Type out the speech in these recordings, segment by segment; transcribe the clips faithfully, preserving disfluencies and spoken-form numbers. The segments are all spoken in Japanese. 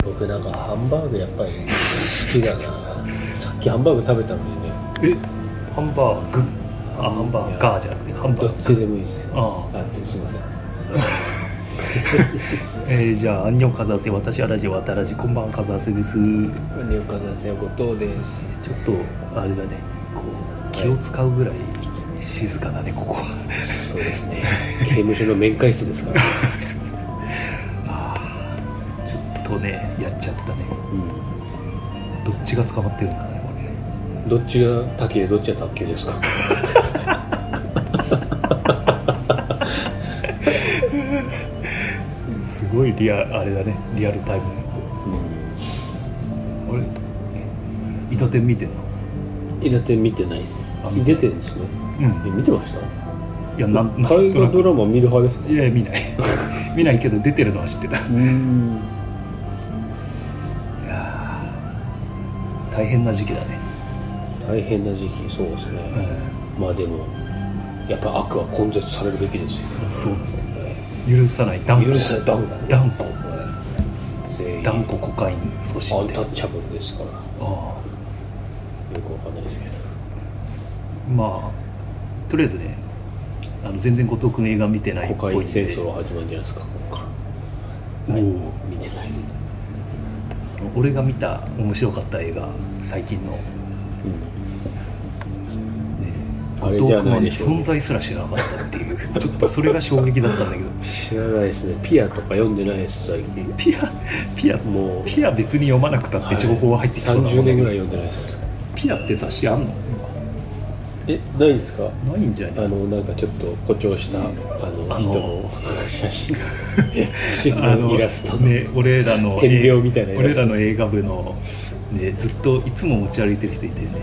僕なんかハンバーグやっぱり好きだな。さっきハンバーグ食べたのにね。 えハンバーグあハンバーガーじゃなくてハンバーグどっちでもいいですよ。 ああすいません。 えー、じゃあアンニョンカザーセ私はラジオわたらじこんばんはカザーセです。 ね岡澤さん後藤です。 ちょっとあれだねこう気を使うぐらい静かだねここは。 そうですね。刑務所の面会室ですから。 ああちょっとねやっちゃったね。 うん。 どっちが捕まってるんだねこれ。 どっちが滝でどっちが卓球ですか。 すごいリアあれだねリアルタイム。うん、俺伊達天見てんの？ 伊達天見てないです。出てるんですね。うん。見てました？ いやなん大河ドラマ見る派ですか？ いや見ない見ないけど出てるのは知ってた。うん。いや大変な時期だね。 大変な時期そうですね。うん、まあでもやっぱ悪は根絶されるべきですよ。 そう。許さない断固許さない断固断固断固コカイン阻止アンタッチャブルですから。ああよくわかんないですけどまあとりあえずねあの全然後藤君映画見てないっぽいんでコカイン戦争が始まるんじゃないですかここからはい見てないです。 俺が見た面白かった映画最近の、うん、あれじゃないでしょう、ね、存在すら知らなかったっていうちょっとそれが衝撃だったんだけど知らないですね。ピアとか読んでないです最近。 ピアピアもうピア別に読まなくたって情報は入ってきそうなもん、ね、 さんじゅうねんぐらい読んでないです。 ピアって雑誌あんの？ えないですか？ ないんじゃない？ あのなんかちょっと誇張した、うん、あの人の写真写真のイラストね俺らの点描みたいな俺らの映画部のねずっといつも持ち歩いてる人いてね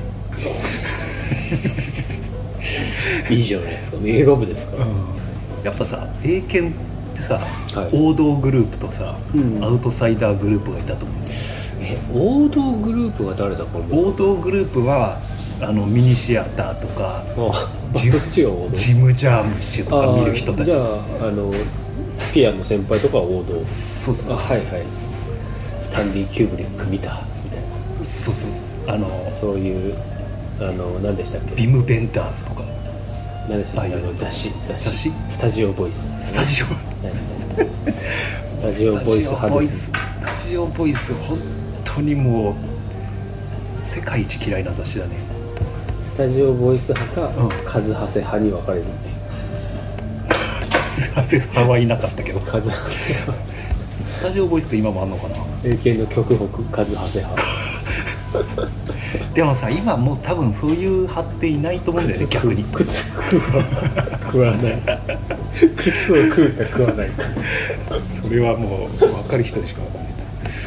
いいじゃないですか。映画部ですから、うん、 やっぱさ英検ってさ、はい、王道グループとさ、うん、アウトサイダーグループがいたと思う。 え王道グループは誰だかも。 王道グループはあのミニシアターとかジ, ジム・ジャームッシュとか見る人たち。 じゃあ、あのピアの先輩とかは王道。 そうそうそう。 はいはい。スタンリー・キューブリック見たみたいな。 そうそうそう。あのそういうあの何でしたっけ？ ビム・ベンダーズとか。 何でしたっけ？あの雑誌雑誌雑誌スタジオボイス。 スタジオ。 スタジオボイス派です。 スタジオボイス本当にもう世界一嫌いな雑誌だね。 スタジオボイス派か、うん、カズハセ派に分かれるっていう。 カズハセ派はいなかったけど。 カズハセ派。 スタジオボイスって今もあんのかな。 英検の極北カズハセ派。 でもさ今もう多分そういう派っていないと思うんだよね。逆に靴食うは食わない靴を食うか食わないかそれはもう分かる人にしか分かんない。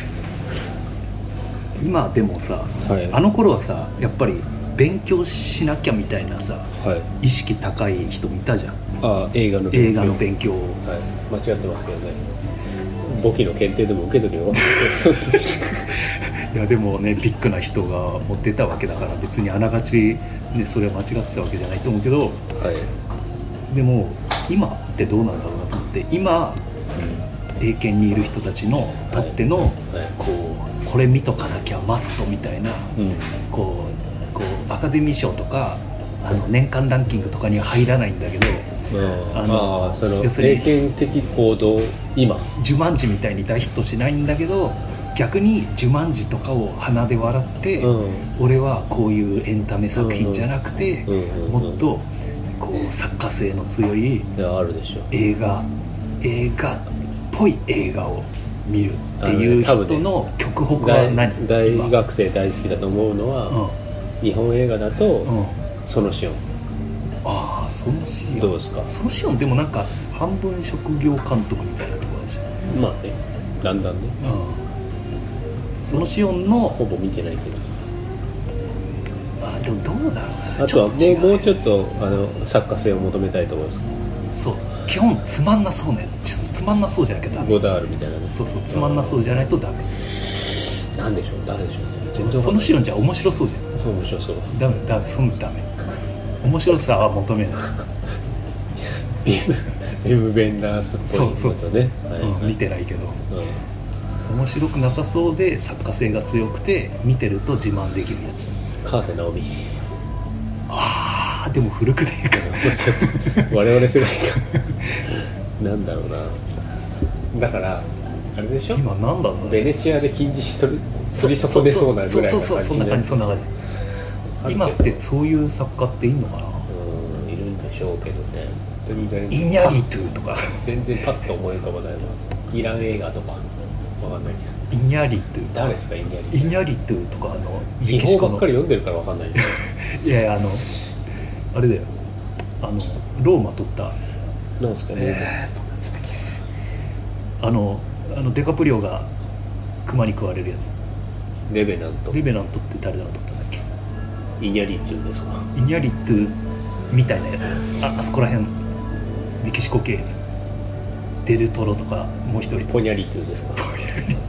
今でもさ、はい、あの頃はさやっぱり勉強しなきゃみたいなさ、はい、意識高い人もいたじゃん。 ああ映画の勉強、 映画の勉強、 はい、間違ってますけどね。簿記の検定でも受けとけよいやでもねビッグな人が持ってたわけだから別にあながち、ね、それは間違ってたわけじゃないと思うけど、はい、でも今ってどうなんだろうなと思って。今、うん、英検にいる人たちのとっての、はいはい、こうこれ見とかなきゃマストみたいな、うん、こうこうアカデミー賞とかあの年間ランキングとかには入らないんだけど、うん、あのあその英検的行動今ジュマンジみたいに大ヒットしないんだけど逆にジュマンジとかを鼻で笑って、うん、俺はこういうエンタメ作品じゃなくて、うんうん、もっとこう作家性の強い映画映画っぽい映画を見るっていう人の極北は何？ 大学生大好きだと思うのは、うん、日本映画だと、うん、そのシオン。 ああそのシオンどうですか？ そのシオンでもなんか半分職業監督みたいなところあるじゃん。 まあねだんだんね、 うん、そのシオンのほぼ見てないけどあでもどうだろうな。 あとはもう、もうちょっとあの作家性を求めたいと思います。 そう基本つまんなそうね。つまんなそうじゃなきゃダメ。 ゴダールみたいなね。 そうそうつまんなそうじゃないとダメ。 なんでしょう誰でしょうね。 全然そのシオンじゃ面白そうじゃん。 そう面白そう。 ダメダメそんなダメ。面白さは求めない。 ビムビムベンダースっぽいそうそうそうね、 はいうん、見てないけど、うん、 面白くなさそうで作家性が強くて見てると自慢できるやつ。 川瀬直美。 ああでも古くねえかちょっと我々世代かなんだろうな。だからあれでしょ、 今なんだろう、ね、 ベネチアで金獅子取り取り損ねそうなぐらいの感じ。 そうそうそうそんな感じそんな感じ。今ってそういう作家っていんのかな。 うんいるんでしょうけどね。全然イニャリトゥとか全然パッと思い浮かばないわ。イラン映画とかわかんないです。 イニャリトゥ誰ですかイニャリ。 イニャリトゥとかあの秘宝ばっかり読んでるからわかんないですよいやいやあのあれだよあのローマ撮ったなんですかね、 えー、なんつったっけあのあのデカプリオが熊に食われるやつ。 レベナント。 レベナントって誰が撮ったんだっけ。 イニャリっていうんですか。 イニャリトゥみたいなやつ。ああそこら辺メキシコ系デルトロとかもう一人ポニャリトゥですか。 ポニャリ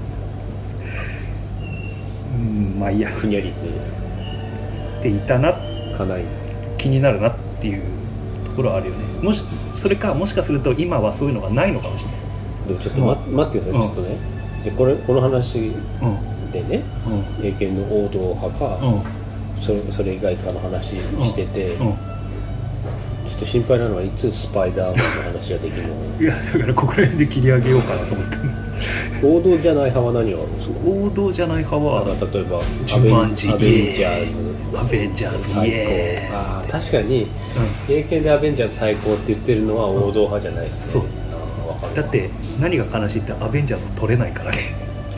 うんまあいいやフニャリトゥですか。 っていたなかなり気になるなっていうところはあるよね。もしそれかもしかすると今はそういうのがないのかもしれない。 でもちょっと、ま、待ってください、うん、ちょっとねでこれこの話でね、うん、英検の王道派か、うん、そ, れそれ以外かの話してて、うんうん、ちょっと心配なのはいつスパイダーマンの話ができるのいやだからここら辺で切り上げようかなと思って王道じゃない派は何があるんですか。 王道じゃない派は例えばジュマンジアベンジャーズアベンジャーズ最高。あ確かに、うん、英検でアベンジャーズ最高って言ってるのは王道派じゃないですね、うん、そうだって何が悲しいってアベンジャーズ取れないからね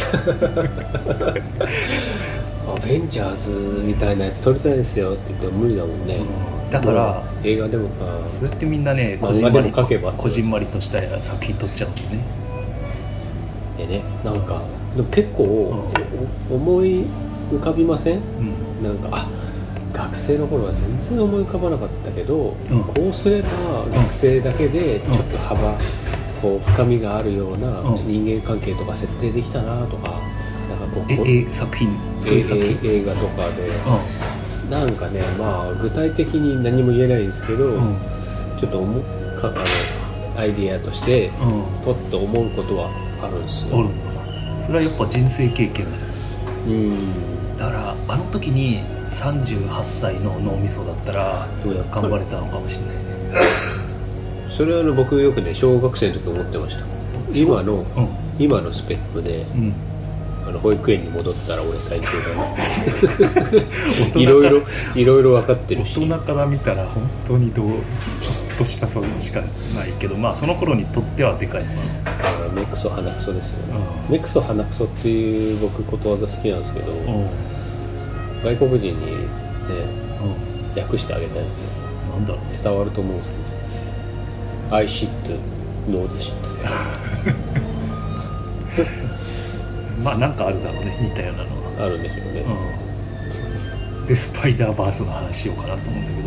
アベンジャーズみたいなやつ撮りたいですよって言っても無理だもんね、 うん、だから映画でもあそうやってみんなねこじんまりこじんまりとした作品撮っちゃうんですね。 でねなんかでも結構、うん、思い浮かびません、うん、なんかあ学生の頃は全然思い浮かばなかったけど、うん、こうすれば学生だけでちょっと幅、うん、こう深みがあるような人間関係とか設定できたなとか、なんかこうええ作品そういう作品映画とかで、うん、なんかねまあ具体的に何も言えないですけど、うん、ちょっと思かあのアイディアとしてポッと思うことはあるんですよ、 うん、それはやっぱ人生経験うんだからあの時にさんじゅうはっさいの脳みそだったら頑張れたのかもしれないねそれはあの僕よくね小学生の時思ってました。今の、うん、今のスペックで、うん、あの保育園に戻ったら俺最強だないろいろいろいろ分かってるし、 大人から見たら本当にどうちょっとしたそれしかないけど、まあその頃にとってはでかいのかな。 目くそ鼻くそですよね、うん、目くそ鼻くそっていう僕ことわざ好きなんですけど、うん、外国人にね、うん、訳してあげたいですね。 なんだろう伝わると思うんですけどI shit, nose shit まあなんかあるだろうね似たようなのはあるんでしょうね、 うん、でスパイダーバースの話しようかなと思うんだ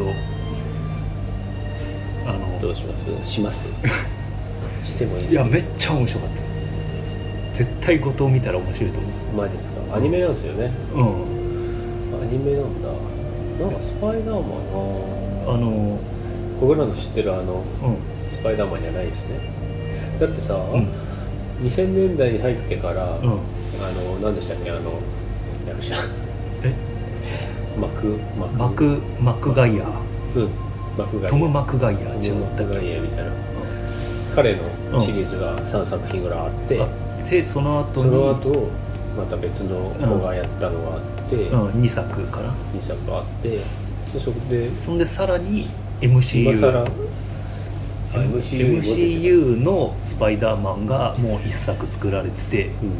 けどあのどうしますしますしてもいいですか。 いやめっちゃ面白かった絶対後藤見たら面白いと思う。 マジですか。アニメなんですよね。 うんアニメなんだ。なんかスパイダーマンあの僕らの知ってるあの、うんスパイダーマンじゃないですね。だってさ、うん、にせんねんだいに入ってから、うん、あの何でしたっけあの役者えマクマクマクマクガイアうんマクガイアトム・マクガイアトム・マクガイアみたいな、うん、彼のシリーズがさんさく品ぐらいあって、うん、 あでその後にその後また別の子がやったのがあって、 うんうん、にさくかなにさくあってでそこでそんでさらに エムシーユー今更エムシーユー のスパイダーマンがもう一作作られてて、うん、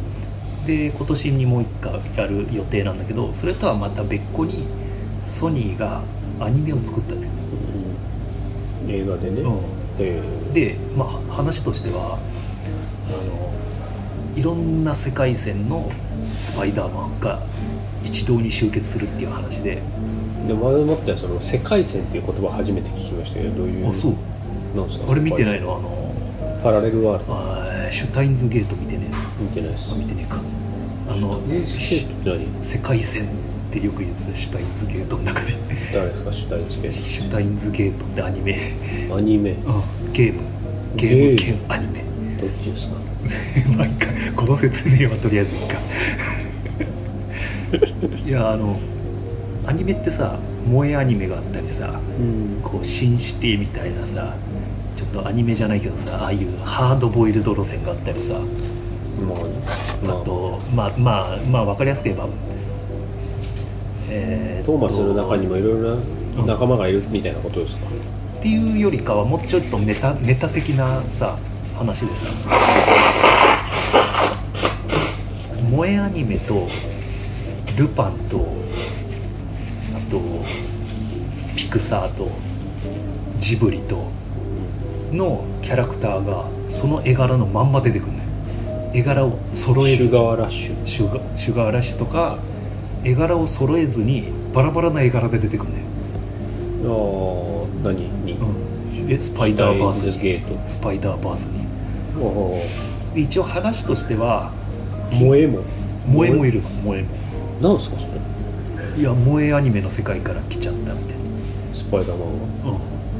で今年にもう一回やる予定なんだけどそれとはまた別個にソニーがアニメを作ったね、 うん、映画でね、 うんえー、で、まあ、話としてはあのいろんな世界線のスパイダーマンが一堂に集結するっていう話でで前もってその世界線っていう言葉初めて聞きましたけどどういうあそうなんすかあれ見てないのあのパラレルワールドあシュタインズゲート見てね見てないですあ見てねえかあの世界線ってよく言ってたシュタインズゲートの中で誰ですかシュタインズゲートシュタインズゲートってアニメアニメ、 うん、ゲームゲーム兼アニメどっちですかまあいいか、この説明はとりあえずいいかいやあのアニメってさ、萌えアニメがあったりさ、うん、こうシンシティみたいなさ、ちょっとアニメじゃないけどさ、ああいうハードボイルド路線があったりさ、まあ、あとまあまあまあ分かりやすく言えば、 えー、トーマスの中にもいろいろな仲間がいるみたいなことですか、うん、 っていうよりかはもうちょっとメタメタ的なさ話でさ、萌えアニメとルパンとあとピクサーとジブリとのキャラクターがその絵柄のまんま出てくるね。絵柄を揃えず、 シュガーラッシュシュガ、シュガーラッシュとか絵柄を揃えずにバラバラな絵柄で出てくるね。 ああ、何に、 うん、えスパイダーバースにスパイダーバースにで一応話としては萌えも萌えもいるの。萌えもなんですかそれ。 いや萌えアニメの世界から来ちゃったみたいな。 スパイダーマンは、うん、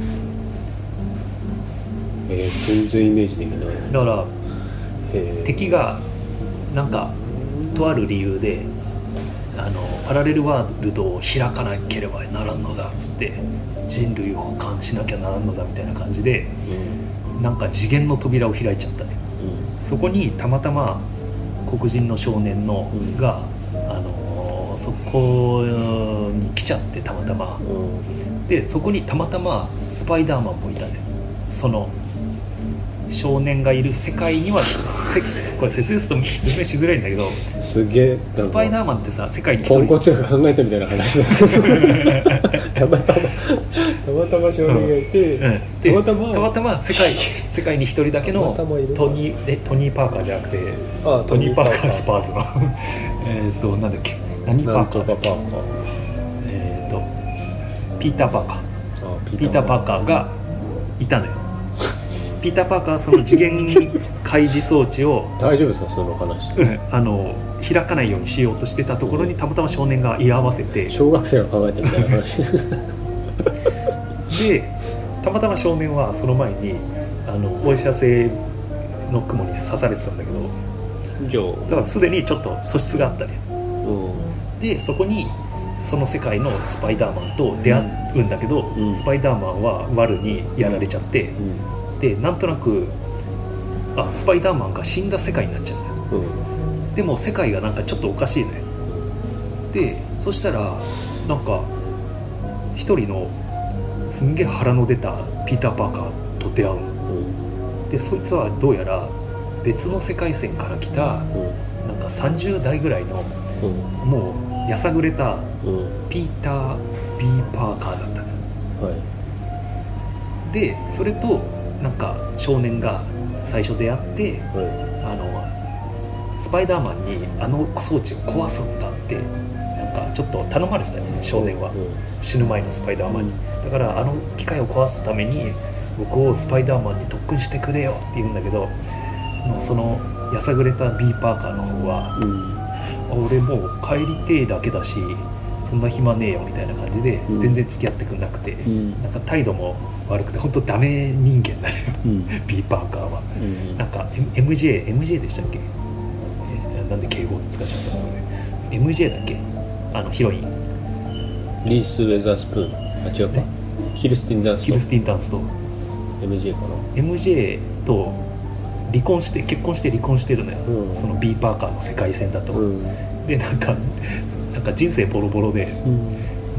えー、全然イメージできない。 だから敵がなんかとある理由であのパラレルワールドを開かなければならんのだっつって人類を保管しなきゃならんのだみたいな感じで、うん、なんか次元の扉を開いちゃったね、うん、そこにたまたま黒人の少年のが、うん、あのそこに来ちゃって、たまたま、うん、でそこにたまたまスパイダーマンもいたね。その少年がいる世界にはこれ説明すると説明しづらいんだけど、 すげえスパイダーマンってさ、世界に一人ポンコツが考えたみたいな話だたまたまたまたま少年がいて、うんうん、 たまたまたまたま世界世界に一人だけのトニーえトニーパーカーじゃなくてあトニーパーカースパーズのえっとなんだっけ何パーカーパーカーえっとピーターパーカーあピーターパーカーがいたのよ。ピーター・パーカーはその次元開示装置を大丈夫ですかその話、 うん、あの開かないようにしようとしてたところにたまたま少年が居合わせて、 小学生が考えたみたいな話でたまたま少年はその前にあの放射性の雲に刺されてたんだけど、だからすでにちょっと素質があったね、うん、でそこにその世界のスパイダーマンと出会うんだけど、うん、スパイダーマンはワルにやられちゃって、うん、でなんとなくあスパイダーマンが死んだ世界になっちゃうんだよ、うん、でも世界がなんかちょっとおかしいね。でそしたらなんか一人のすんげえ腹の出たピーター・パーカーと出会うの、うん、でそいつはどうやら別の世界線から来た、うん、なんかさんじゅう代ぐらいの、うん、もうやさぐれたピーター・ビー・パーカーだったの、はい、でそれとなんか少年が最初出会って、はい、あのスパイダーマンにあの装置を壊すんだってなんかちょっと頼まれてたよね、少年は、うん、死ぬ前のスパイダーマンに、だからあの機械を壊すために僕をスパイダーマンに特訓してくれよって言うんだけど、そのやさぐれた B パーカーの方は、うん、俺もう帰りてえだけだしそんな暇ねえよみたいな感じで全然付き合ってくんなくて、うん、なんか態度も悪くて本当ダメ人間だね、うん、B パーカーは、うん、なんか エムジェー エムジェー でしたっけ、なんで敬語使っちゃったのね、 エムジェー だっけ、あのヒロインリース・ウェザースプーン、あ違うか、キルスティン・ダンスト、 キルスティン・ダンストエムジェー かな、 エムジェー と離婚して結婚して離婚してるのよ、うん、その B パーカーの世界線だと、うん、でなんかなんか人生ボロボロで、うん、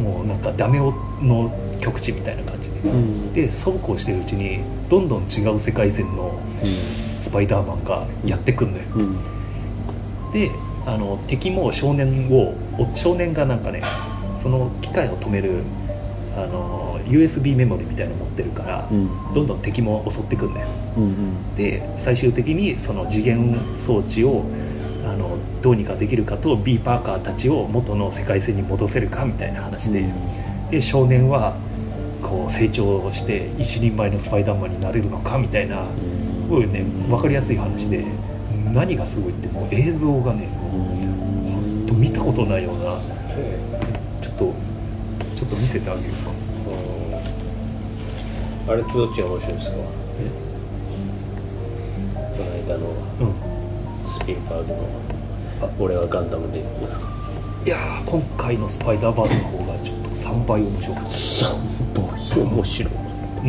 もうなんかダメの極地みたいな感じで、うん、でそうこうしてるうちにどんどん違う世界線のスパイダーマンがやってくんのよ、うん、であの敵も少年を少年がなんかねその機械を止めるあの ユーエスビー メモリみたいなの持ってるから、うん、どんどん敵も襲ってくんだよ、うんうん、で最終的にその次元装置をあのどうにかできるかと B パーカーたちを元の世界線に戻せるかみたいな話で、うん、で少年はこう成長して一人前のスパイダーマンになれるのかみたいな、すごいね分かりやすい話で、何がすごいってもう映像がねほんと見たことないような、ちょっとちょっと見せてあげるか。 あれとどっちが面白いですか？ この間のスピルバーグの俺はガンダムで行く。 いやー今回のスパイダーバースの方がちょっとさんばい面白かった。 さんばい面白かった、うん、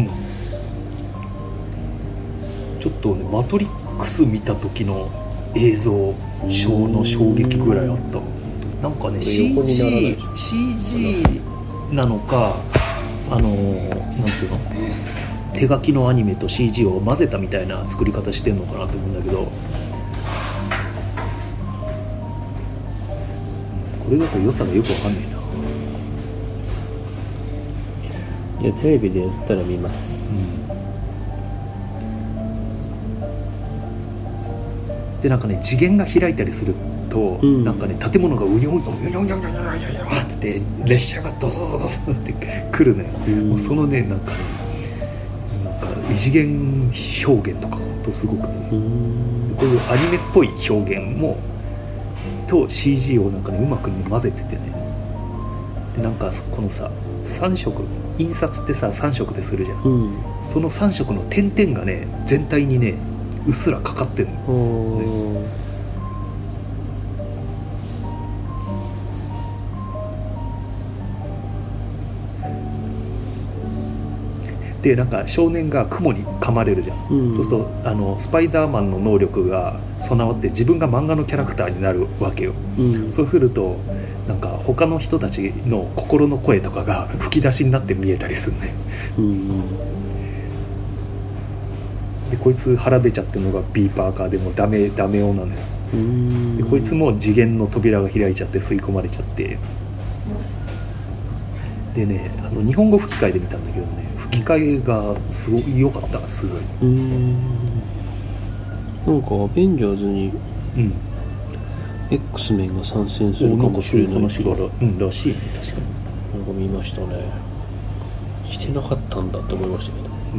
ちょっとねマトリックス見た時の映像小の衝撃ぐらいあった。なんかね シージー, シージー なのかあのなんていうの手書きのアニメと シージー を混ぜたみたいな作り方してんのかなと思うんだけど、これだと良さがよくわかんないな。 いやテレビでやったら見ます、うん 、でなんかね次元が開いたりすると、うん、なんかね建物がうにょうにょうにょうにょうにょうにょうにょうって列車がドドドドドって来るね、うん、もうそのねなんかねなんか異次元表現とかほんとすごくて、ね、うん、こういうアニメっぽい表現もと シージー をなんかねうまくね混ぜててね、でなんかこのささん色印刷ってささん色でするじゃん、うん、そのさん色の点々がね全体にねうっすらかかってんの、ね、でなんか少年が雲に噛まれるじゃん、うん、そうするとあのスパイダーマンの能力が備わって自分が漫画のキャラクターになるわけよ、うん、そうするとなんか他の人たちの心の声とかが吹き出しになって見えたりするね、うん、でこいつ腹出ちゃってるのがビーパーカーでもダメダメ男なのよ、うん、でこいつも次元の扉が開いちゃって吸い込まれちゃって、でねあの日本語吹き替えで見たんだけどね吹き替えがすごい良かった。すごい。うーんなんかアベンジャーズに、うん、X メンが参戦するかもしれない話がら、うん、らしいね。確かになんか見ましたね。してなかったんだと思いましたけど、うん、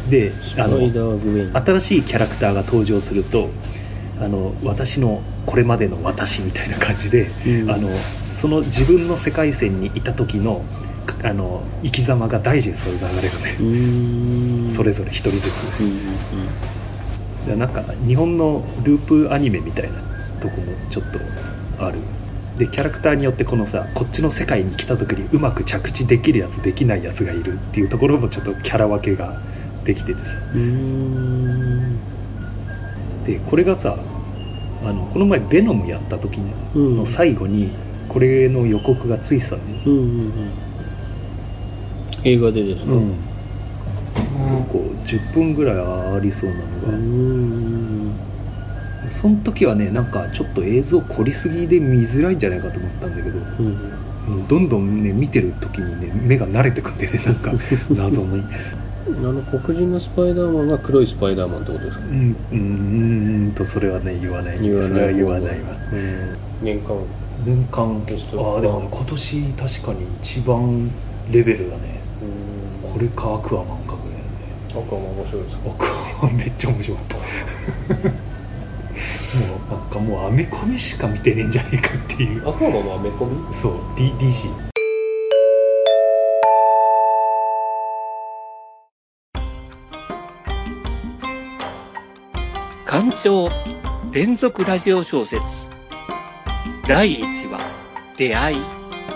であの新しいキャラクターが登場するとあの私のこれまでの私みたいな感じで、うん、あのその自分の世界線にいた時のあの生き様がダイジェストで流れるね。うーんそれぞれ一人ずつ、うんうん、なんか日本のループアニメみたいなとこもちょっとある。でキャラクターによってこのさこっちの世界に来た時にうまく着地できるやつできないやつがいるっていうところもちょっとキャラ分けができててさ、うーんでこれがさあのこの前ベノムやった時の最後にこれの予告がついてたね、うんうんうん、 映画でですか、うん、 こうじゅっぷんぐらいありそうなのが、うーんその時はねなんかちょっと映像凝りすぎで見づらいんじゃないかと思ったんだけど、うん、もうどんどんね見てる時にね目が慣れてくんでねなんか謎にあの黒人のスパイダーマンが黒いスパイダーマンってことですか？ うんうんとそれはね言わない言わないそれは言わないわ、うん、 年間年間テストああでもね今年確かに一番レベルだね。うんこれかアクアマンかぐらいだね。 アクアマン面白いですか？ アクアマンめっちゃ面白かったもうなんかもうアメコミしか見てねえんじゃねえかっていう。 アクアマンもアメコミ？ そう D ディーシー。 刊長連続ラジオ小説だいいちわ出会い。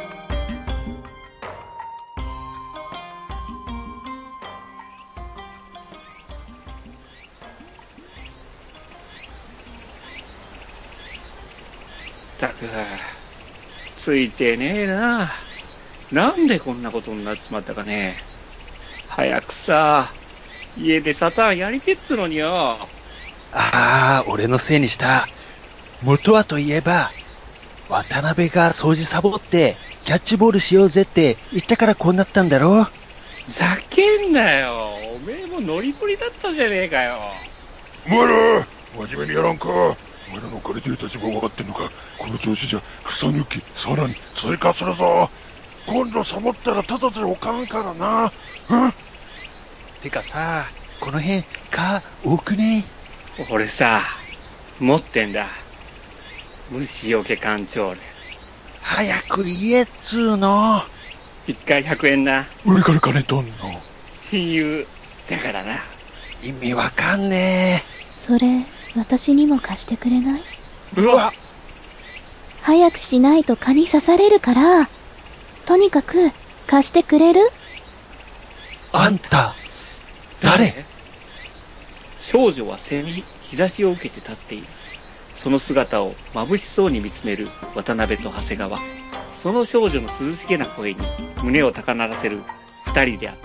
ったくついてねえな。なんでこんなことになっちまったかね。早くさ家でサタンやりてっつのによ。 ああ、俺のせいにした。元はといえば、渡辺が掃除サボってキャッチボールしようぜって言ったからこうなったんだろ。 ざけんなよ。おめえもノリノリだったじゃねえかよ。 お前ら、真面目にやらんか。お前らの借りてる立場分かってんのか。この調子じゃ、草抜き、さらに追加するぞ。今度サボったらただでおかんからな。うん。 てかさ、この辺、蚊多くね？ 俺さ、持ってんだ。虫よけ缶調理。 早く言えっつーの。 一回ひゃくえんな。 俺から金取んの？ 親友だからな。 意味わかんねえ。 それ私にも貸してくれない？ うわ、 早くしないと蚊に刺されるから、とにかく貸してくれる？ あんた誰？ 少女は背に日差しを受けて立っている。その姿を眩しそうに見つめる渡辺と長谷川。その少女の涼しげな声に胸を高鳴らせる二人であった。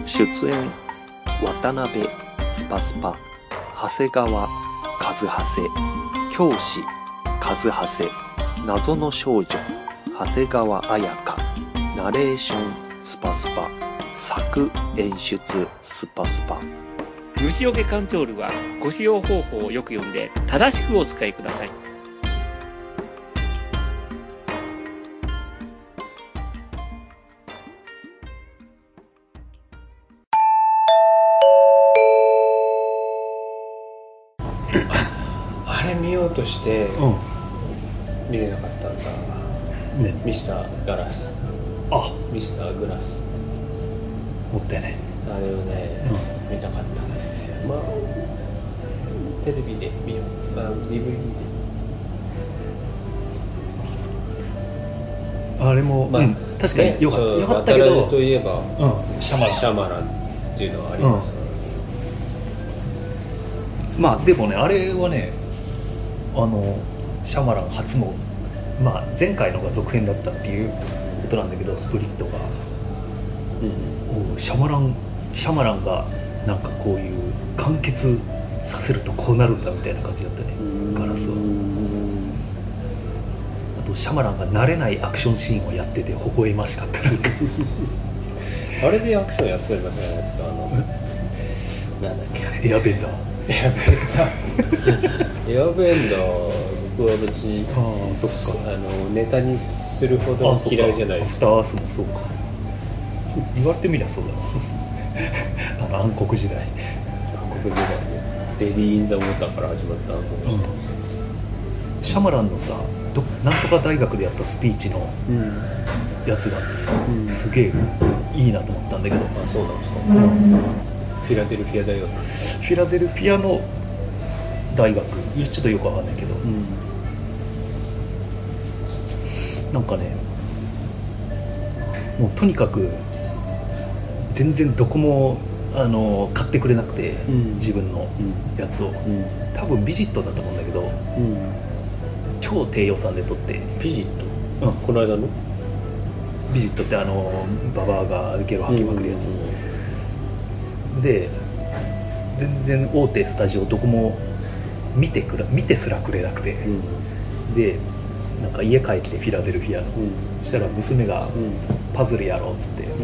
出演渡辺スパスパ、長谷川和長、教師和長、謎の少女長谷川彩香、ナレーションスパスパ、作演出スパスパ。 虫除けカントロールはご使用方法をよく読んで正しくお使いください。 あれ見ようとして見れなかったんだ、ね、ミスターガラス。 あ、 ミスターグラスもったいない。 あれをね、うん、見たかったんですよ。まあテレビで見よう、あ ディーブイディー で。 あれも、まあ、うん、確かによかった、ね、よかったけどといえば、 うん、シャマランシャマランっていうのはあります、 うん、まあでもね、あれはね、あのシャマラン初の、まあ、前回のが続編だったっていうことなんだけど、スプリットが、うん、シャマランシャマランがなんかこういう完結させるとこうなるんだみたいな感じだったね、ガラスは。あとシャマランが慣れないアクションシーンをやってて微笑ましかった。なんかあれでアクションやってたわけじゃないですか。あのなんだっけあれ、 エアベンダーエアベンダーエアベンダー僕は別にあそっかあのネタにするほど嫌いじゃないです。 アフターアースもそうか、言われてみりゃそうだなあの暗黒時代暗黒時代ね、レディー・イン・ザ・ウォーターから始まった暗黒時代、 うん、シャマランのさどなんとか大学でやったスピーチのやつがあってさ、うん、すげえいいなと思ったんだけど。 あ、そうなんですか、うん、フィラデルフィア大学フィラデルフィアの大学、ちょっとよくわかんないけど、うん、なんかね、もうとにかく全然どこもあの買ってくれなくて、うん、自分のやつを、うん、多分ビジットだと思うんだけど、うん、超低予算で撮って。 ビジット、うん、この間のビジットってあのババアがゲロ吐きまくるやつ、うん、で全然大手スタジオどこも見てくら見てすらくれなくて、うん、でなんか家帰ってフィラデルフィアの、うん、そしたら娘がパズルやろうっつって、うん、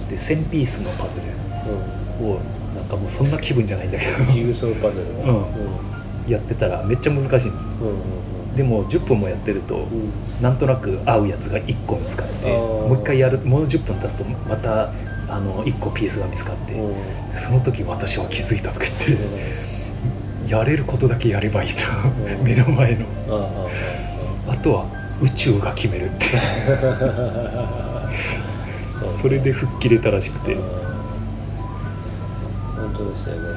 でせんピースのパズルを、うん、なんかもうそんな気分じゃないんだけどジグソーパズル、うんうん、やってたらめっちゃ難しいの、うんうんうん、でもじゅっぷんもやってると、うん、なんとなく合うやつがいっこ見つかって、もう一回やる、もうじゅっぷん経つとまたあのいっこピースが見つかって、うん、その時私は気づいたとか言って、うん、やれることだけやればいいと、うん、目の前の、うん、あとは宇宙が決めるってそ, それで吹っ切れたらしくて、うん、 本当ですよね、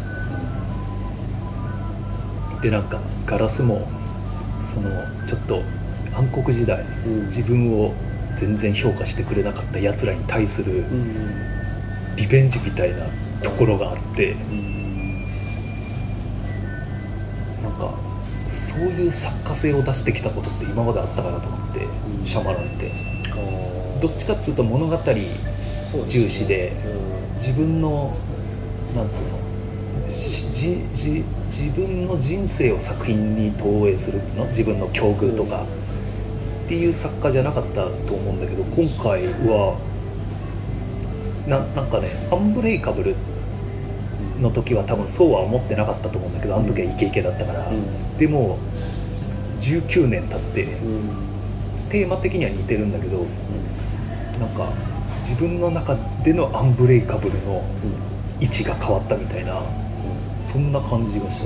うん、でなんかガラスもそのちょっと暗黒時代、うん、自分を全然評価してくれなかったやつらに対するリベンジみたいなところがあって、うん、なんかそういう作家性を出してきたことって今まであったかなと思って、うん、シャマランってどっちかっつうと物語重視で、うん、自分のなんつうのじじ自分の人生を作品に投影するっていうの、自分の境遇とか、うんっていう作家じゃなかったと思うんだけど、今回は な, なんかねアンブレイカブルの時は多分そうは思ってなかったと思うんだけど、あの時はイケイケだったから、うん、でもじゅうきゅうねん経って、うん、テーマ的には似てるんだけど、うん、なんか自分の中でのアンブレイカブルの位置が変わったみたいな、うん、そんな感じがした。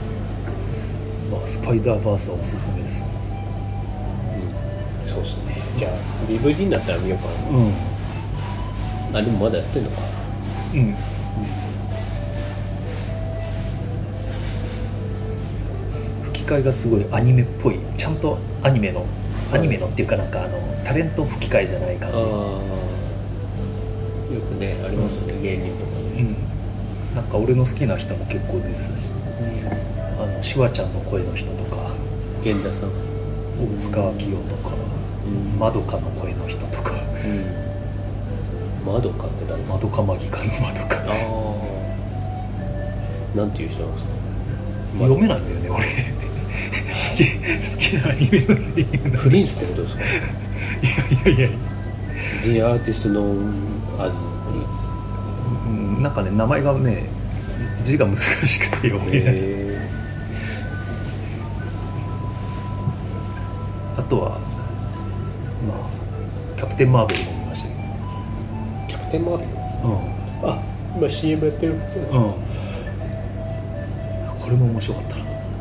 スパイダーバースはおすすめです。 うん、そうですね。 じゃあ ディーブイディー になったら見ようかな。うん。あ、でもまだやってんのか。うん、うん、 吹き替えがすごいアニメっぽい、ちゃんとアニメのアニメのっていうかなんかあのタレント吹き替えじゃない感じ。あ、よくねありますよね、うん、芸人とかね、 うん、なんか俺の好きな人も結構ですし、うん、あのシュワちゃんの声の人とか、 源田さん、 大塚明夫とか、うん、まどかの声の人とか、 うん、まどかって誰？ まどかマギカのまどか。ああ、 なんていう人なんですか？ 読めないんだよね俺。好き、好きなアニメの声優のプリンスってことですか？ いやいやいや、 The Artist Known as Prince、 うん、なんかね名前がね字が難しくて読めない。あとはまあキャプテンマーベルも見ましたけど。 キャプテンマーベル、うん、あ、今 シーエム やってるんですよ、うん、 これも面白かったな。うん、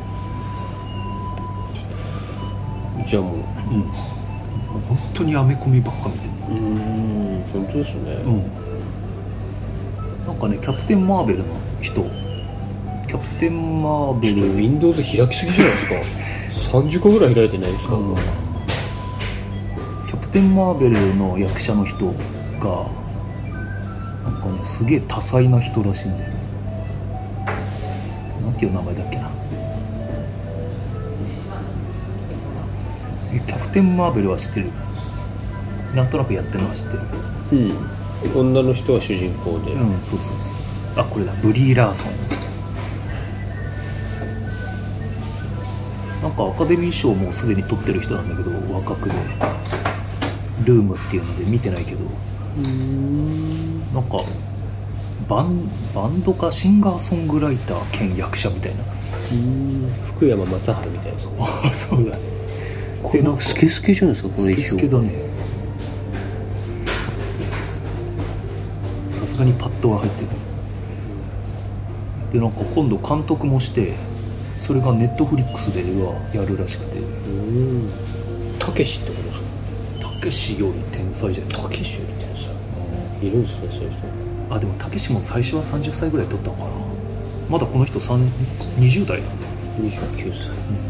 じゃあもう、うん、 本当にアメコミばっか見てる。 うーん、本当ですね、うん、 なんかねキャプテンマーベルの人、キャプテンマーベル Windows 開きすぎじゃないですか。さんじゅっこぐらい開いてないですか、うん、 キャプテンマーベルの役者の人がなんかねすげえ多彩な人らしいんだよね。なんていう名前だっけな。キャプテンマーベルは知ってる。なんとなくやってるのは知ってる。 うん。女の人は主人公で。 うん、そうそうそう。あ、これだ。ブリー・ラーソン。なんかアカデミー賞もうすでに取ってる人なんだけど、若くで。ルームっていうので見てないけど。うーん。なんかバン、バンドかシンガーソングライター兼役者みたいな。うーん。福山雅治みたいですね。 ああ、そうだね。 でなんかスケスケじゃないですか、この衣装。 スケスケだね。さすがにパッドは入ってる。でなんか今度監督もして、それがネットフリックスではやるらしくて。うん。 たけしってことですか。たけしより天才じゃない。 たけしより天才。いるんですね、そういう人。 あ、でもたけしも最初はさんじゅっさいぐらい取ったのかな。まだこの人にじゅう代なんだよ。 にじゅうきゅうさい。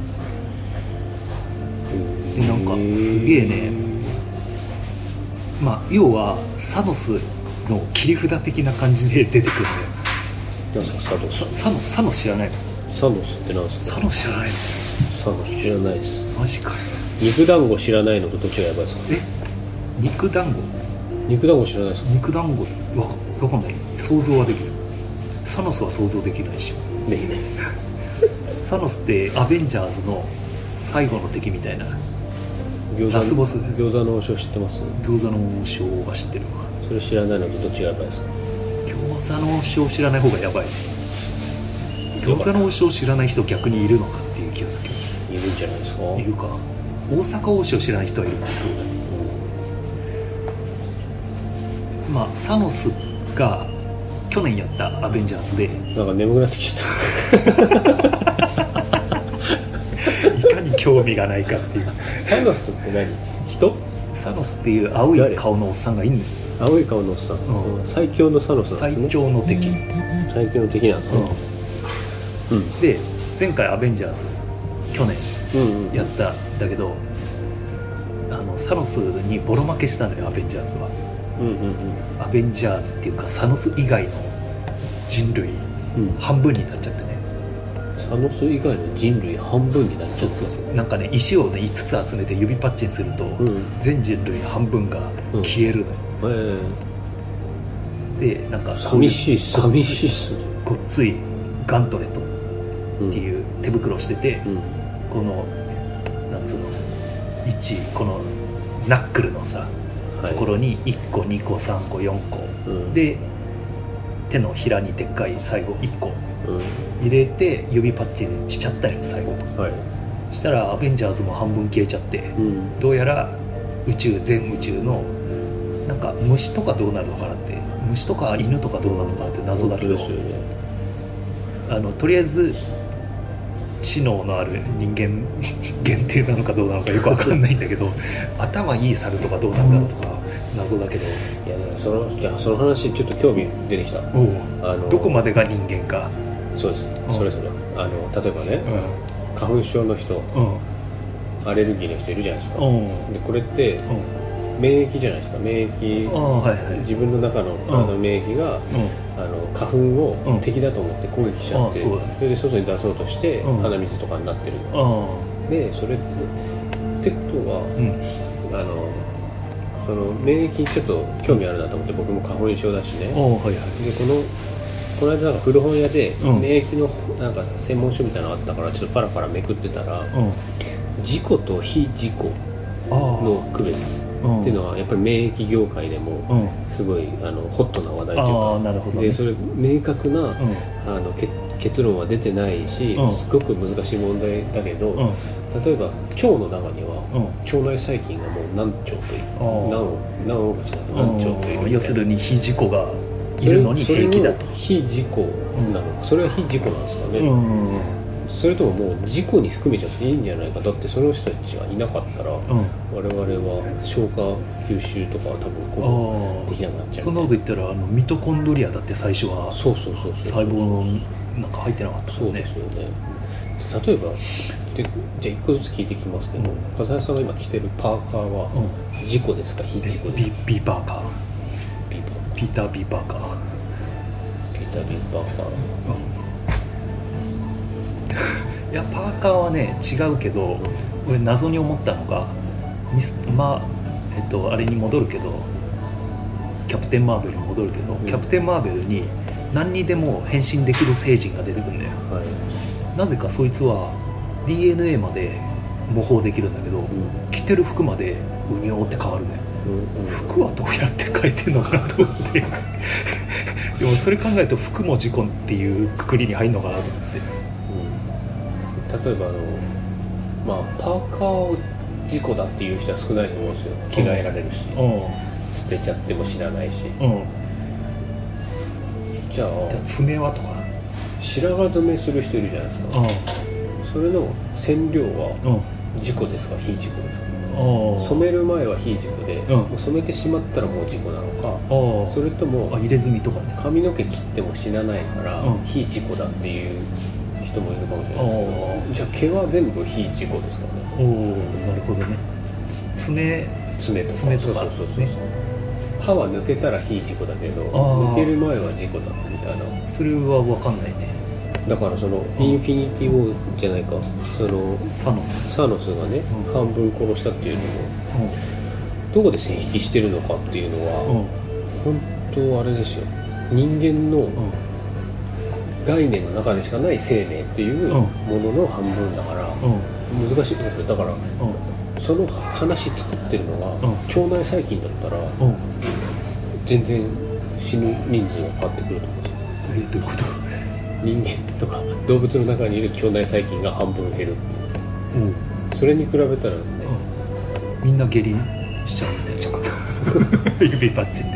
うん、でなんかすげえね、まあ要はサノスの切り札的な感じで出てくるんだよ。 なんですか、サノス。 サノス、サノス知らないの？ サノスってなんですか？ サノス知らないの？ サノス知らないです。 マジかよ。 肉団子知らないのとどっちがやばいですか？ え、肉団子？ 肉団子知らないですか？ 肉団子わわかんない。想像はできる。サノスは想像できないでしょ。 できないです。 サノスってアベンジャーズの最後の敵みたいな。 ラスボス。餃子の王将知ってます？ 餃子の王将は知ってるわ。 それ知らないのとどっちがやばいですか？ 餃子の王将知らない方がやばいね。餃子の王将知らない人逆にいるのかっていう気がするけど。 いるんじゃないですか？ いるか。大阪王将知らない人はいるんですよね。うん、まあサノスが去年やったアベンジャーズでなんか眠くなってきちゃったいかに興味がないかっていう。 サノスって何？人？ サノスっていう青い顔のおっさんがいんのよ。 青い顔のおっさん、うん、最強のサノスなんですね。 最強の敵。 最強の敵なんですね、 うんうん、で前回アベンジャーズ去年やったんだけど、うんうん、あのサノスにボロ負けしたのよアベンジャーズは。うんうんうん、アベンジャーズっていうかサノス以外の人類、うん、半分になっちゃってね。 サノス以外の人類半分になっちゃって。 そうそうそう。なんかね石をねいつつ集めて指パッチンすると、うん、全人類半分が消えるのよ、うんえー、でなんか寂しい寂しいっすね。 ごっついガントレットっていう手袋をしてて、うん、このなんつうのいちこのナックルのさところにいっこにこさんこよんこ、うん、で手のひらにでっかい最後いっこ入れて指パッチンしちゃったよ最後、はい、したらアベンジャーズも半分消えちゃって、うん、どうやら宇宙全宇宙のなんか虫とかどうなるのかなって、虫とか犬とかどうなるのかなって謎だけど、ね、あのとりあえず知能のある人間限定なのかどうなのかよく分かんないんだけど頭いい猿とかどうなんだろうとか謎だけど、 いやそのいやその話ちょっと興味出てきた。あのどこまでが人間か。 そうです、それそれあの例えばね、うん、花粉症の人、うん、アレルギーの人いるじゃないですか、うん、でこれって、うん、免疫じゃないですか。免疫、はいはい、自分の中の体の免疫が、うん、あの花粉を敵だと思って攻撃しちゃって、うん、それで外に出そうとして、うん、鼻水とかになってる、うん、でそれってってことは、うん、あのその免疫にちょっと興味あるなと思って、僕も花粉症だしね、はいはい、でこのこの間なんか古本屋で免疫のなんか専門書みたいなのがあったから、ちょっとパラパラめくってたら、うん、自己と非自己の区別っていうのはやっぱり免疫業界でもすごいあのホットな話題というか、なるほどね、でそれ明確な、うん、あの結論は出てないし、うん、すごく難しい問題だけど、うん、例えば腸の中には、うん、腸内細菌がもう何兆という何億何億じゃなくて何兆という、 要するに非自己がいるのに平気だと。 非自己なのか、それは非自己なんですかね、うんうん、それとももう自己に含めちゃっていいんじゃないか。だってその人たちがいなかったら、うん、我々は消化吸収とかは多分こうできなくなっちゃう。 そんなこと言ったらあのミトコンドリアだって最初はそうそうそう細胞のなんか入ってなかったもんね。 そうですよね。例えばでじゃあ一個ずつ聞いていきますけど、うん、笠井さんが今着てるパーカーは自己ですか、非自己ですか。 ビビーパーカーピーター・ビー・パーカーピーター・ビー・パーカー、 うん、いやパーカーはね違うけど、俺謎に思ったのがミスまあえっとあれに戻るけどキャプテン・マーベルに戻るけど、うん、キャプテン・マーベルに何にでも変身できる星人が出てくるんだよ、はい、なぜかそいつは ディーエヌエー まで模倣できるんだけど、うん、着てる服までうにょーって変わるね、うんうん、服はどうやって変えてんのかなと思ってでもそれ考えると服も自己っていうくくりに入るのかなと思って、 うん、例えばあの、まあ、パーカーを自己だっていう人は少ないと思うんですよ。着替えられるし、うん、捨てちゃっても知らないし、うん、じゃあ爪輪とか白髪染めする人いるじゃないですか、うん、それの染料は自己ですか、非自己ですか。染める前は非自己で、うん、もう染めてしまったらもう自己なのか、それとも入れ墨とかね、 髪の毛切っても死なないから、うん、非自己だっていう人もいるかもしれないですけど、じゃあ毛は全部非自己ですかね。 おお、なるほどね。爪爪とか爪とか、 そうそうそうそう、ね、歯は抜けたら非自己だけど抜ける前は自己だみたいな。 それは分かんないね。 だからそのインフィニティ・ウォーじゃないか、そのサノスサノスがね、うん、半分殺したっていうのも、うん、どこで線引きしてるのかっていうのは、うん、本当あれですよ、人間の概念の中でしかない生命っていうものの半分だから、難しいですよ。だから、その話作ってるのが、腸内細菌だったら、全然死ぬ人数が変わってくると思うんですよ。 えー、どういうこと？ 人間とか動物の中にいる腸内細菌が半分減るっていう、うん、それに比べたらね、 うん、みんな下痢しちゃうみたいな指パッチンで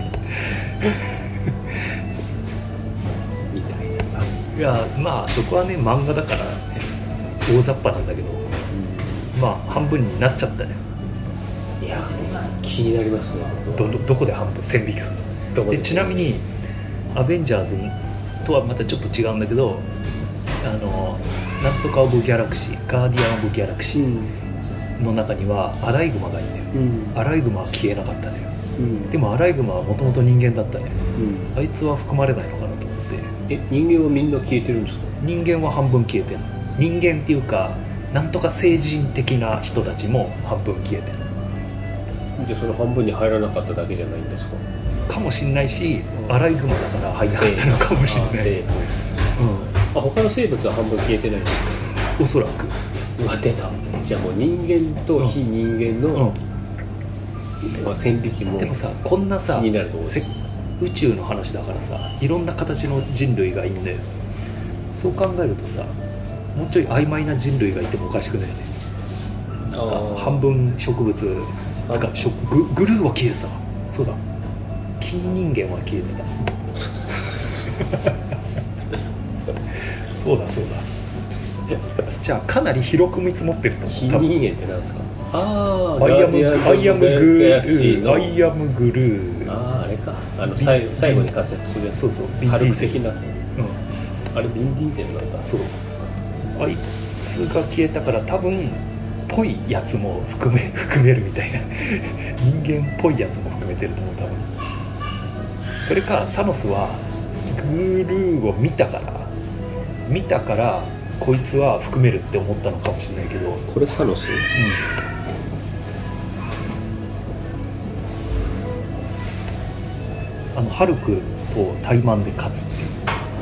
みたいなさ。 いやまあそこはね漫画だから、ね、大雑把なんだけど、うん、まあ半分になっちゃったね。 いや気になりますね。 ど, どこで半分線引きするの？でちなみにアベンジャーズとはまたちょっと違うんだけど、あのなんとかオブギャラクシー、ガーディアンオブギャラクシーの中にはアライグマがいるんだよ、うん、アライグマは消えなかったね、うん、でもアライグマはもともと人間だったね、うん、あいつは含まれないのかなと思って。 え、人間はみんな消えてるんですか？ 人間は半分消えてるの。人間っていうかなんとか成人的な人たちも半分消えてる。 じゃあその半分に入らなかっただけじゃないんですか？ かもしれないし、うん、アライグマだから入ってなかったのかもしれない。あ、生物、うん、 あ、他の生物は半分消えてないんですか？ おそらく。 うわ、出た。じゃあもう人間と非人間の、うんまあ、線引きもでもさ、こんなさ気になると思う。 宇宙の話だからさ、いろんな形の人類がいいんだよ。そう考えるとさ、もうちょい曖昧な人類がいてもおかしくないよね。なんか半分植物つかグ, グルーは消えてた。そうだ、キー人間は消えてたそうだそうだ。 じゃあかなり広く見積もってると思う。 非人間ってなんですか？ああ、アイアムグアイアムグーアイアムグルー。 ああ、あれか。あの最最後に活躍するやつ。 そうそう。 ハルク的な。うん。 あれビンディーゼルなんだ。 そう。あいつが消えたから多分ぽいやつも含め含めるみたいな人間っぽいやつも含めてると思う多分。それかサノスはグルーを見たから見たからこいつは含めるって思ったのかもしれないけど。 これサノス？うん。 あのハルクと対マンで勝つっていう。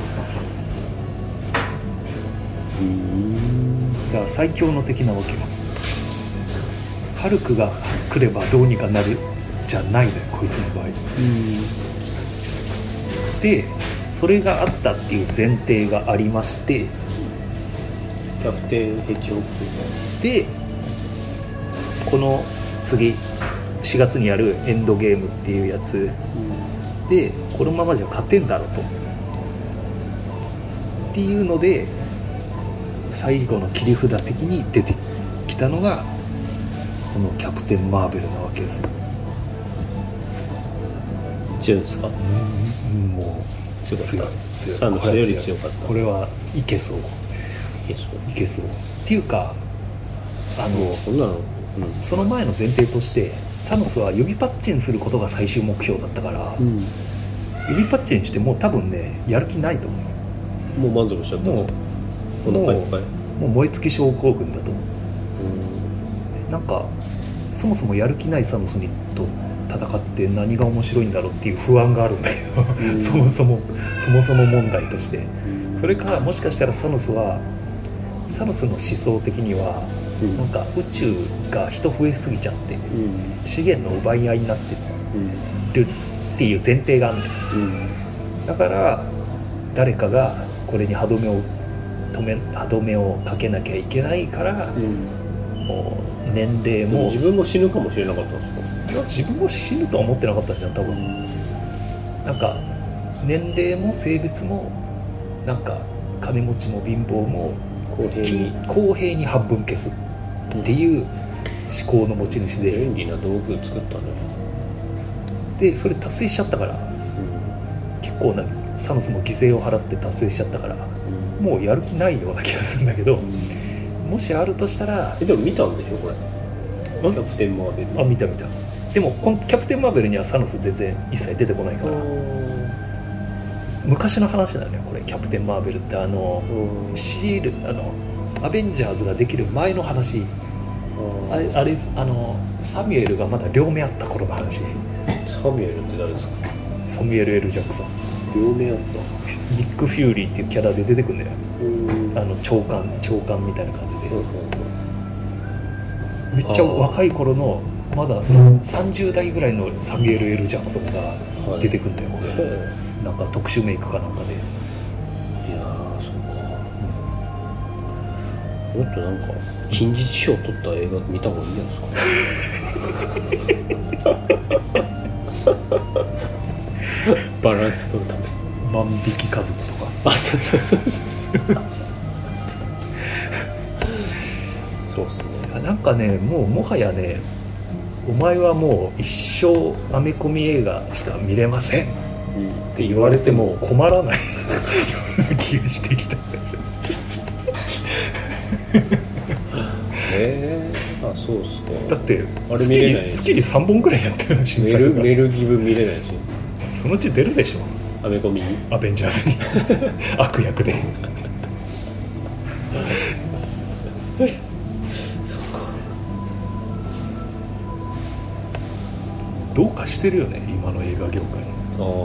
うーん。 だから最強の敵なわけよ。ハルクが来ればどうにかなるじゃないのよこいつの場合。うんでそれがあったっていう前提がありまして、 キャプテンヘッジホッグでこの次しがつにやるエンドゲームっていうやつ、うん、でこのままじゃ勝てんだろうとっていうので最後の切り札的に出てきたのがこのキャプテンマーベルなわけですよ。 強いですか？ うん、もう強い強い。 サノスより強かった。 これはいけそう。いけそう。いけそう。っていうかあのそんなの、うん、 その前の前提としてサノスは指パッチンすることが最終目標だったから、うん、指パッチンしてもう多分ねやる気ないと思う。もう満足しちゃった。もうもうもう燃え尽き症候群だと思う。うん、なんかそもそもやる気ないサノスにと戦って何が面白いんだろうっていう不安があるんだけどそもそもそもそも問題として、それかもしかしたらサノスはサノスの思想的には、うん、なんか宇宙が人増えすぎちゃって、うん、資源の奪い合いになってるっていう前提があるんだよ、うん、だから誰かがこれに歯止めを止め歯止めをかけなきゃいけないから、うん、もう年齢も自分も死ぬかもしれなかったんですか？ いや自分も死ぬとは思ってなかったじゃん多分。なんか年齢も性別もなんか金持ちも貧乏も公平に公平に半分消すっていう思考の持ち主で、 便利な道具作ったんだよ。 でそれ達成しちゃったから、うん、結構なサノスも犠牲を払って達成しちゃったから、うん、もうやる気ないような気がするんだけど、うん、もしあるとしたらえでも見たんでしょこれキャプテンマーベル。 あ見た見た。でもこのキャプテンマーベルにはサノス全然一切出てこないから昔の話なのよこれ。キャプテンマーベルってあのシールあのアベンジャーズができる前の話。あれあれあのサミュエルがまだ両目あった頃の話。 サミュエルって誰ですか？ サミュエル・エル・ジャクソン。 両目あった。 ニック・フューリーっていうキャラで出てくるんだよ。あの長官長官みたいな感じでめっちゃ若い頃のまださんじゅう代ぐらいのサミュエル・エル・ジャクソンが出てくるんだよこれ、はい、なんか特殊メイクかなんかで。 いやーそうか、うん、もっとなんか金獅子賞取った映画見た方がいいんじゃないですかバランス取るために。 万引き家族とか。 あそうそうそうそうそうっすね。 なんかねもうもはやねお前はもう一生アメコミ映画しか見れません、うん、って言われても困らないような気がしてきたえー、あそうっすか。 だってあれ見れない月にさんぼんくらいやってるの新作が。 メルギブ見れないしそのうち出るでしょアメコミにアベンジャーズに悪役でどうかしてるよね今の映画業界。 ああ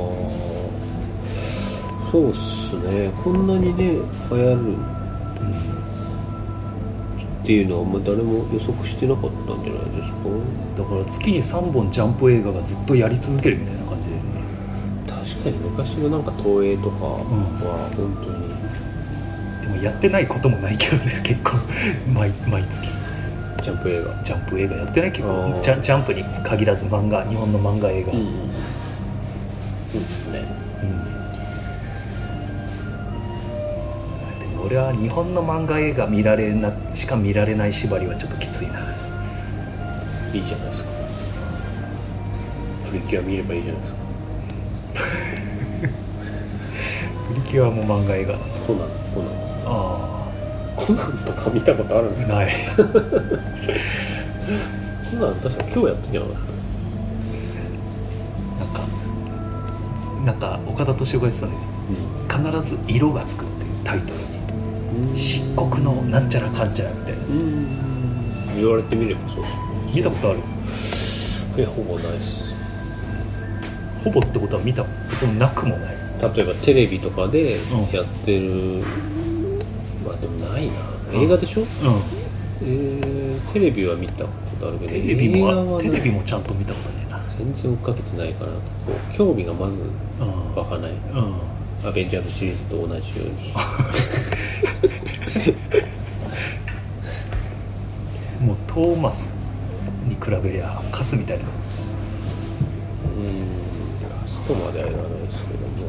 そうっすね。こんなにね流行る、うん、っていうのはまあ誰も予測してなかったんじゃないですか。 だから月にさんぼんジャンプ映画がずっとやり続けるみたいな感じでね。 確かに昔のなんか東映とかは本当に、うん、 でもやってないこともないけどね結構 毎, 毎月ジャンプ映画ジャンプ映画やってない結構ジャ, ジャンプに限らず漫画日本の漫画映画、うん、 そうですね、 うん、で俺は日本の漫画映画見られなしか見られない縛りはちょっときついな。 いいじゃないですか。プリキュア見ればいいじゃないですか。 プリキュアも漫画映画なの。 コナンコナンああコナンとか見たことあるんですか。 ないコナン確か今日やってんじゃないですか。 なんかなんか岡田斗司夫が言ってたね、うん、必ず色がつくっていうタイトルに漆黒のなんちゃらかんちゃらみたいな。うん言われてみればそうです。 見たことある？ えほぼないです。 ほぼってことは見たことなくもない。 例えばテレビとかでやってる、うん、まあでもないな。映画でしょ、うん、えー、テレビは見たことあるけどテレビもテレビもちゃんと見たことないな。 全然追っかけてないからこう興味がまず湧かない、うんうん、アベンジャーズシリーズと同じようにもうトーマスに比べりゃカスみたいな。 うんカスとまでは言わないですけども、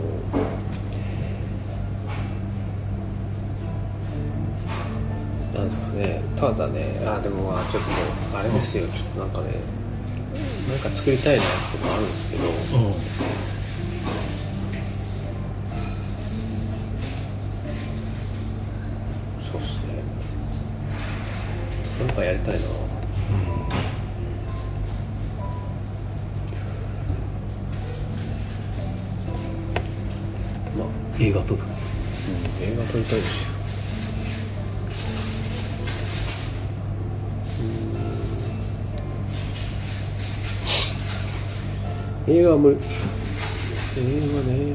なんですかね。ただね、あでもまあちょっとあれですよ、ちょっとなんかねなんか作りたいなってのもあるんですけど、うん、そうっすね、なんかやりたいな、うん、まあ映画撮る、うん、 映画撮りたいですよ。映画は無理。映画ね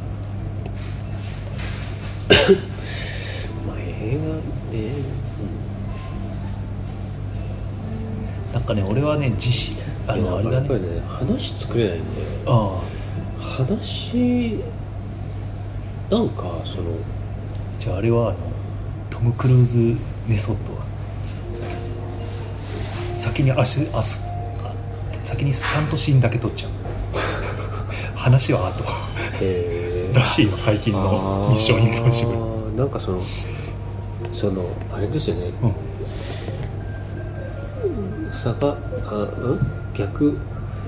まあ映画ね、 うん、なんかね俺はね自身あのあれだね、やっぱりね話作れないんで、 ああ話なんかそのじゃああれはあのトム・クルーズメソッドは先に足足先にスタントシーンだけ撮っちゃう話は後らしいよ最近のミッションインポッシブル。 なんかそのそのあれですよね、うん、差があ、うん、逆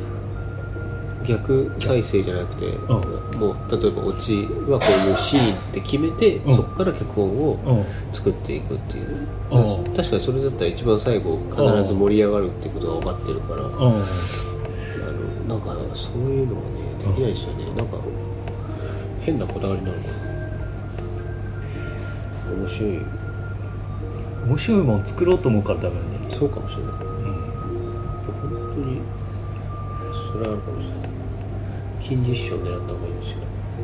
逆再生じゃなくて、うん、もう例えばオチはこういうシーンって決めて、うん、そこから脚本を作っていくっていう、うん、確かにそれだったら一番最後必ず盛り上がるっていうことが分かってるから、うん、あのなんかそういうのはねできないですよね、うん、なんか変なこだわりなのかな。面白い面白いもの作ろうと思うからダメだね。 そうかもしれない、うん、本当にそれはあるかもしれない。金実賞狙った方がいいんですよ。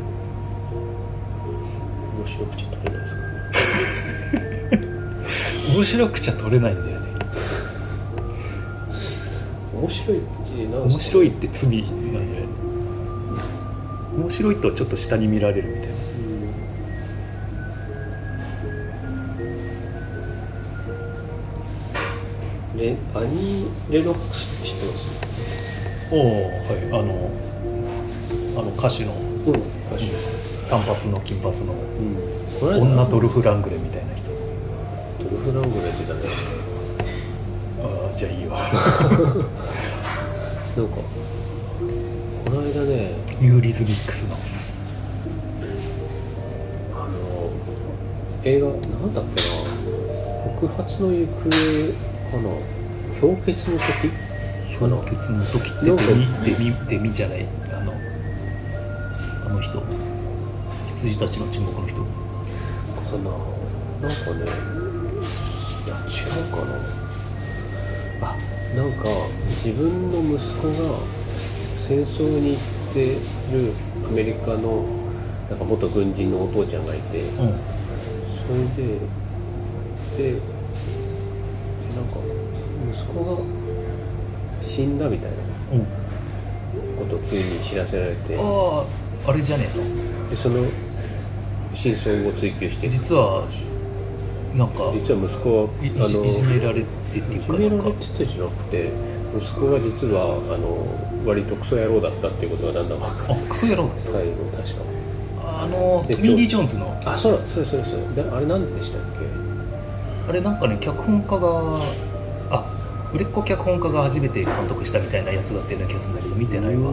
面白くちゃ取れないですか面白くちゃ取れないんだよね。 面白いってなんですか？ 面白いって罪なんで、面白いとちょっと下に見られるみたいな。 うん、レアニレノックスって知ってます？ おお、はい、あのあの歌手の、うん、歌手単発の金髪の、うん、女ドルフ・ラングレみたいな人。 ドルフ・ラングレって誰だ？ ああ、じゃあいいわなんかこの間ねユーリズミックスのあの映画なんだっけな、告発の行方かな、氷結の時氷結の時ってデミデミデミじゃない、あのあの人、羊たちの沈黙の人かな、なんかね、いや違うかなあ、なんか自分の息子が戦争に行ってるアメリカのなんか元軍人のお父ちゃんがいて、うん、それでででなんか息子が死んだみたいなことを急に知らせられて、うん、 ああ、あれじゃねえのでその真相を追求して実はなんか実は息子はあのいじめられてっていうか、 いじめられてたじゃなくて、息子が実はあの割とクソ野郎だったっていうことがだんだん分かる。 あ、クソ野郎だった。 最後確か。 ああのトミー・リー・ジョーンズの。 あ、そうそうそうそう。あれ何でしたっけ？ あれなんかね、脚本家があ売れっ子脚本家が初めて監督したみたいなやつだっていうような気がするんだけど見てないわ。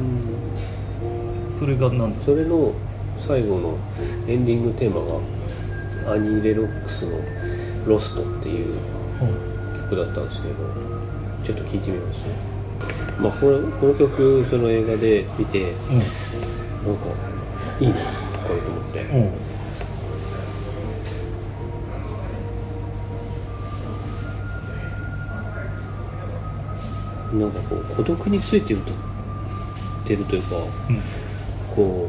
それが何？ それの最後のエンディングテーマがアニー・レノックスの「ロスト」っていう曲だったんですけど、ちょっと聴いてみますね。まあ、これこの曲その映画で見て、うん、なんかいいなこれと思って、うん、なんかこう孤独について歌ってるというか、うん、こ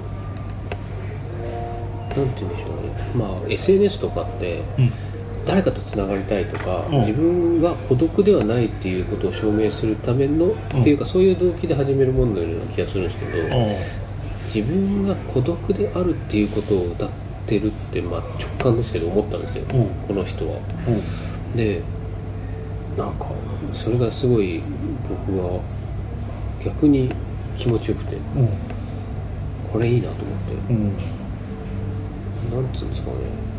うなんて言うんでしょうね、まあ エスエヌエス とかって、うん、誰かとつながりたいとか、うん、自分が孤独ではないっていうことを証明するための、うん、っていうかそういう動機で始めるもののような気がするんですけど、うん、自分が孤独であるっていうことを歌ってるって、まあ、直感ですけど思ったんですよ、うん、この人は、うん、でなんかそれがすごい僕は逆に気持ちよくて、うん、これいいなと思って、うん、なんつうんですかね、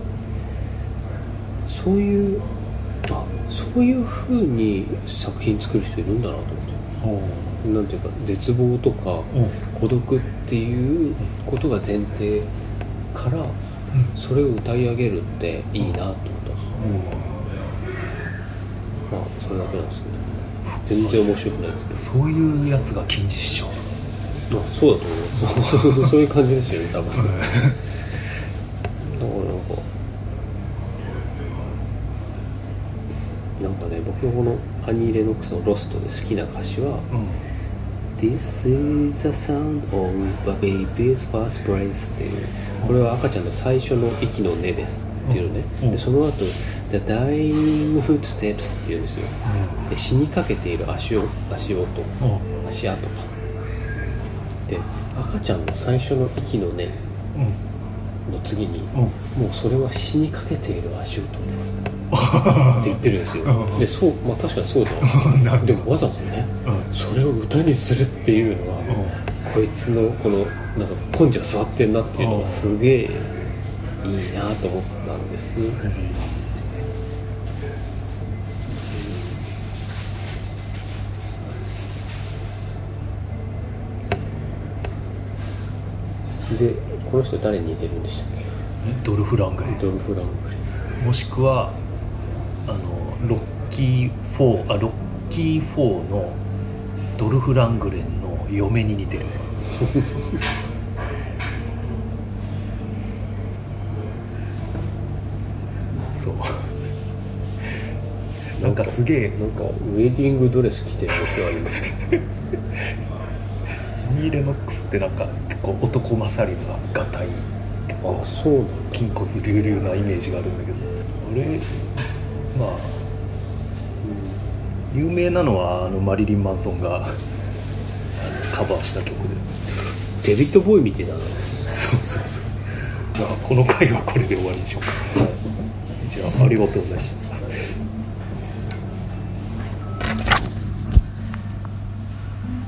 そういうあそういう風に作品作る人いるんだなと思って、なんていうか絶望とか、うん、孤独っていうことが前提から、うん、それを歌い上げるっていいなと思ったんです、うん、まあそれだけなんですけど全然面白くないですけど、 そういうやつが金獅子賞。 まあそうだと思いますそういう感じですよね多分だからなんかなんかね、僕このアニー・レノックスのロストで好きな歌詞は、うん、This is the sound of a baby's first breath っていう、これは赤ちゃんの最初の息の根ですっていうのね、うん、でその後 The dying footsteps っていうんですよ、うん、で死にかけている足音、足音、うん、足跡かで、赤ちゃんの最初の息の根の次に、うん、もうそれは死にかけている足音ですって言ってるんですよで、そう、まあ確かにそうだでもわざわざね、うん、それを歌にするっていうのは、うん、こいつのこのなんか根性座ってんなっていうのがすげえいいなと思ったんです、うん、で、この人誰に似てるんでしたっけ？ ドルフ・ラングレン。 ドルフ・ラングレン。 もしくはあのロッキーフォー、あロッキーフォーのドルフ・ラングレンの嫁に似てるそうなんかすげえなんかウェディングドレス着てる時はありますねニー・レノックスってなんか結構男勝りながたい、結構あそうなん筋骨隆々なイメージがあるんだけど、俺まあ、うん、有名なのはあのマリリン・マンソンがあのカバーした曲でデビッド・ボーイみたいなそうそうそうそう。じゃあこの回はこれで終わりにしようか、はい、じゃあありがとうございました。